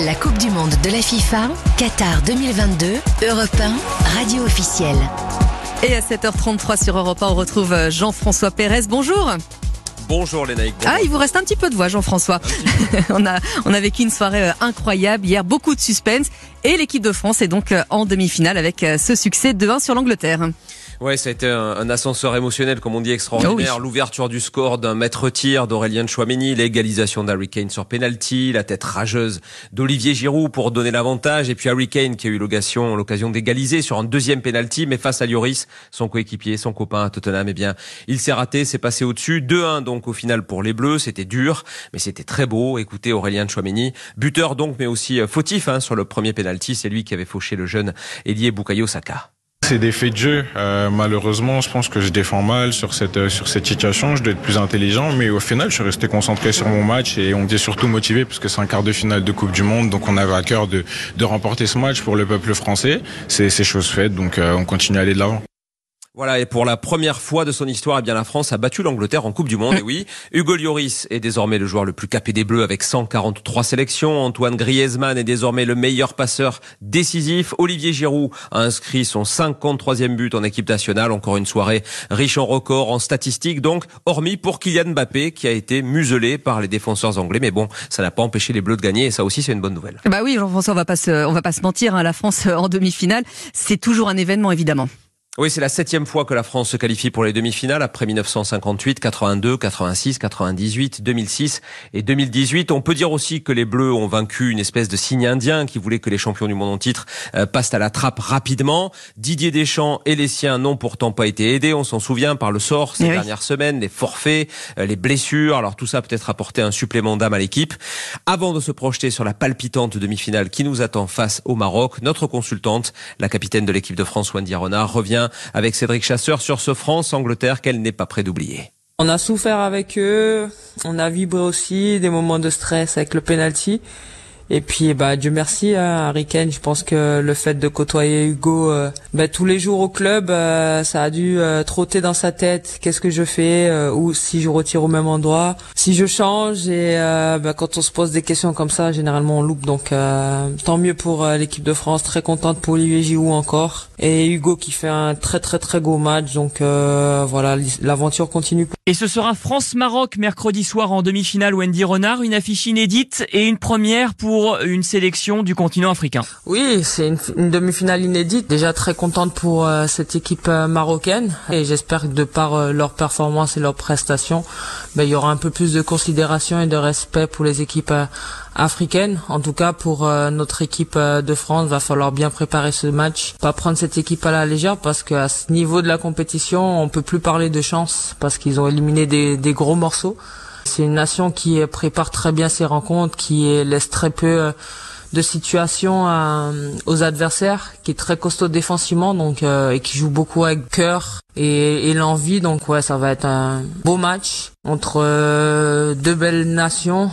La Coupe du Monde de la FIFA, Qatar 2022, Europe 1, radio officielle. Et à 7h33 sur Europe 1, on retrouve Jean-François Perez. Bonjour. Bonjour Lénaïque. Bonjour. Il vous reste un petit peu de voix, Jean-François. on a vécu une soirée incroyable hier, beaucoup de suspense. Et l'équipe de France est donc en demi-finale avec ce succès 2-1 sur l'Angleterre. Ouais, ça a été un ascenseur émotionnel, comme on dit, extraordinaire. Oui. L'ouverture du score d'un maître-tir d'Aurélien Tchouaméni, l'égalisation d'Harry Kane sur penalty, la tête rageuse d'Olivier Giroud pour donner l'avantage, et puis Harry Kane qui a eu l'occasion d'égaliser sur un deuxième penalty, mais face à Lloris, son coéquipier, son copain à Tottenham, il s'est raté, s'est passé au-dessus. 2-1 donc au final pour les Bleus, c'était dur, mais c'était très beau. Écoutez Aurélien Tchouaméni, buteur donc, mais aussi fautif sur le premier penalty, c'est lui qui avait fauché le jeune ailier Bukayo Saka. C'est des faits de jeu. Malheureusement, je pense que je défends mal sur cette situation. Je dois être plus intelligent, mais au final, je suis resté concentré sur mon match et on était surtout motivé parce que c'est un quart de finale de Coupe du Monde, donc on avait à cœur de remporter ce match pour le peuple français. C'est chose faite, donc on continue à aller de l'avant. Voilà, et pour la première fois de son histoire, la France a battu l'Angleterre en Coupe du Monde. Et oui, Hugo Lloris est désormais le joueur le plus capé des Bleus avec 143 sélections. Antoine Griezmann est désormais le meilleur passeur décisif. Olivier Giroud a inscrit son 53e but en équipe nationale. Encore une soirée riche en records, en statistiques donc, hormis pour Kylian Mbappé qui a été muselé par les défenseurs anglais. Mais bon, ça n'a pas empêché les Bleus de gagner et ça aussi c'est une bonne nouvelle. Bah oui, Jean-François, on va pas se mentir, la France en demi-finale, c'est toujours un événement évidemment. Oui, c'est la 7e fois que la France se qualifie pour les demi-finales après 1958, 82, 86, 98, 2006 et 2018. On peut dire aussi que les Bleus ont vaincu une espèce de signe indien qui voulait que les champions du monde en titre passent à la trappe rapidement. Didier Deschamps et les siens n'ont pourtant pas été aidés. On s'en souvient par le sort ces dernières semaines, les forfaits, les blessures. Alors tout ça peut-être apporté un supplément d'âme à l'équipe. Avant de se projeter sur la palpitante demi-finale qui nous attend face au Maroc, notre consultante, la capitaine de l'équipe de France, Wendy Renard, revient avec Cédric Chasseur sur ce France-Angleterre qu'elle n'est pas près d'oublier. On a souffert avec eux, on a vibré aussi, des moments de stress avec le penalty. Et puis Dieu merci Harry Kane, je pense que le fait de côtoyer Hugo tous les jours au club, ça a dû trotter dans sa tête. Qu'est-ce que je fais ou si je retire au même endroit, si je change et quand on se pose des questions comme ça, généralement on loupe. Donc tant mieux pour l'équipe de France, très contente pour Olivier Giroud encore et Hugo qui fait un très très très beau match. Donc voilà, l'aventure continue. Et ce sera France-Maroc mercredi soir en demi-finale. Wendy Renard, une affiche inédite et une première pour une sélection du continent africain. Oui, c'est une demi-finale inédite. Déjà très contente pour cette équipe marocaine et j'espère que de par leur performance et leurs prestations, il y aura un peu plus de considération et de respect pour les équipes africaines. En tout cas, pour notre équipe de France, va falloir bien préparer ce match, pas prendre cette équipe à la légère parce qu'à ce niveau de la compétition, on peut plus parler de chance parce qu'ils ont éliminé des gros morceaux. C'est une nation qui prépare très bien ses rencontres, qui laisse très peu de situations aux adversaires, qui est très costaud défensivement, donc et qui joue beaucoup avec cœur et l'envie. Donc ouais, ça va être un beau match entre deux belles nations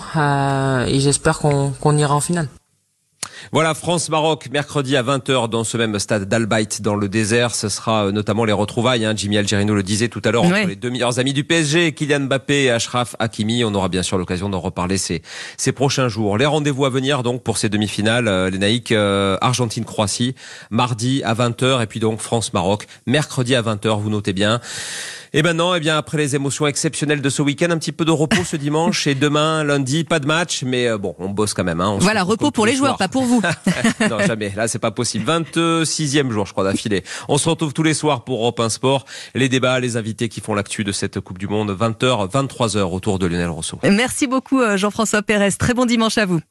et j'espère qu'on ira en finale. Voilà, France-Maroc, mercredi à 20h dans ce même stade d'Al-Bayt dans le désert. Ce sera notamment les retrouvailles. Jimmy Algerino le disait tout à l'heure, entre les deux meilleurs amis du PSG, Kylian Mbappé et Achraf Hakimi. On aura bien sûr l'occasion d'en reparler ces prochains jours. Les rendez-vous à venir donc pour ces demi-finales, Lénaïque, Argentine-Croatie, mardi à 20h et puis donc France-Maroc, mercredi à 20h, vous notez bien. Et maintenant, après les émotions exceptionnelles de ce week-end, un petit peu de repos ce dimanche et demain, lundi, pas de match, mais on bosse quand même. Voilà, repos pour les joueurs, pas pour vous. Non, jamais. Là, c'est pas possible. 26e jour, je crois, d'affilée. On se retrouve tous les soirs pour Europe 1 Sport. Les débats, les invités qui font l'actu de cette Coupe du Monde, 20h, 23h autour de Lionel Rousseau. Merci beaucoup, Jean-François Perez. Très bon dimanche à vous.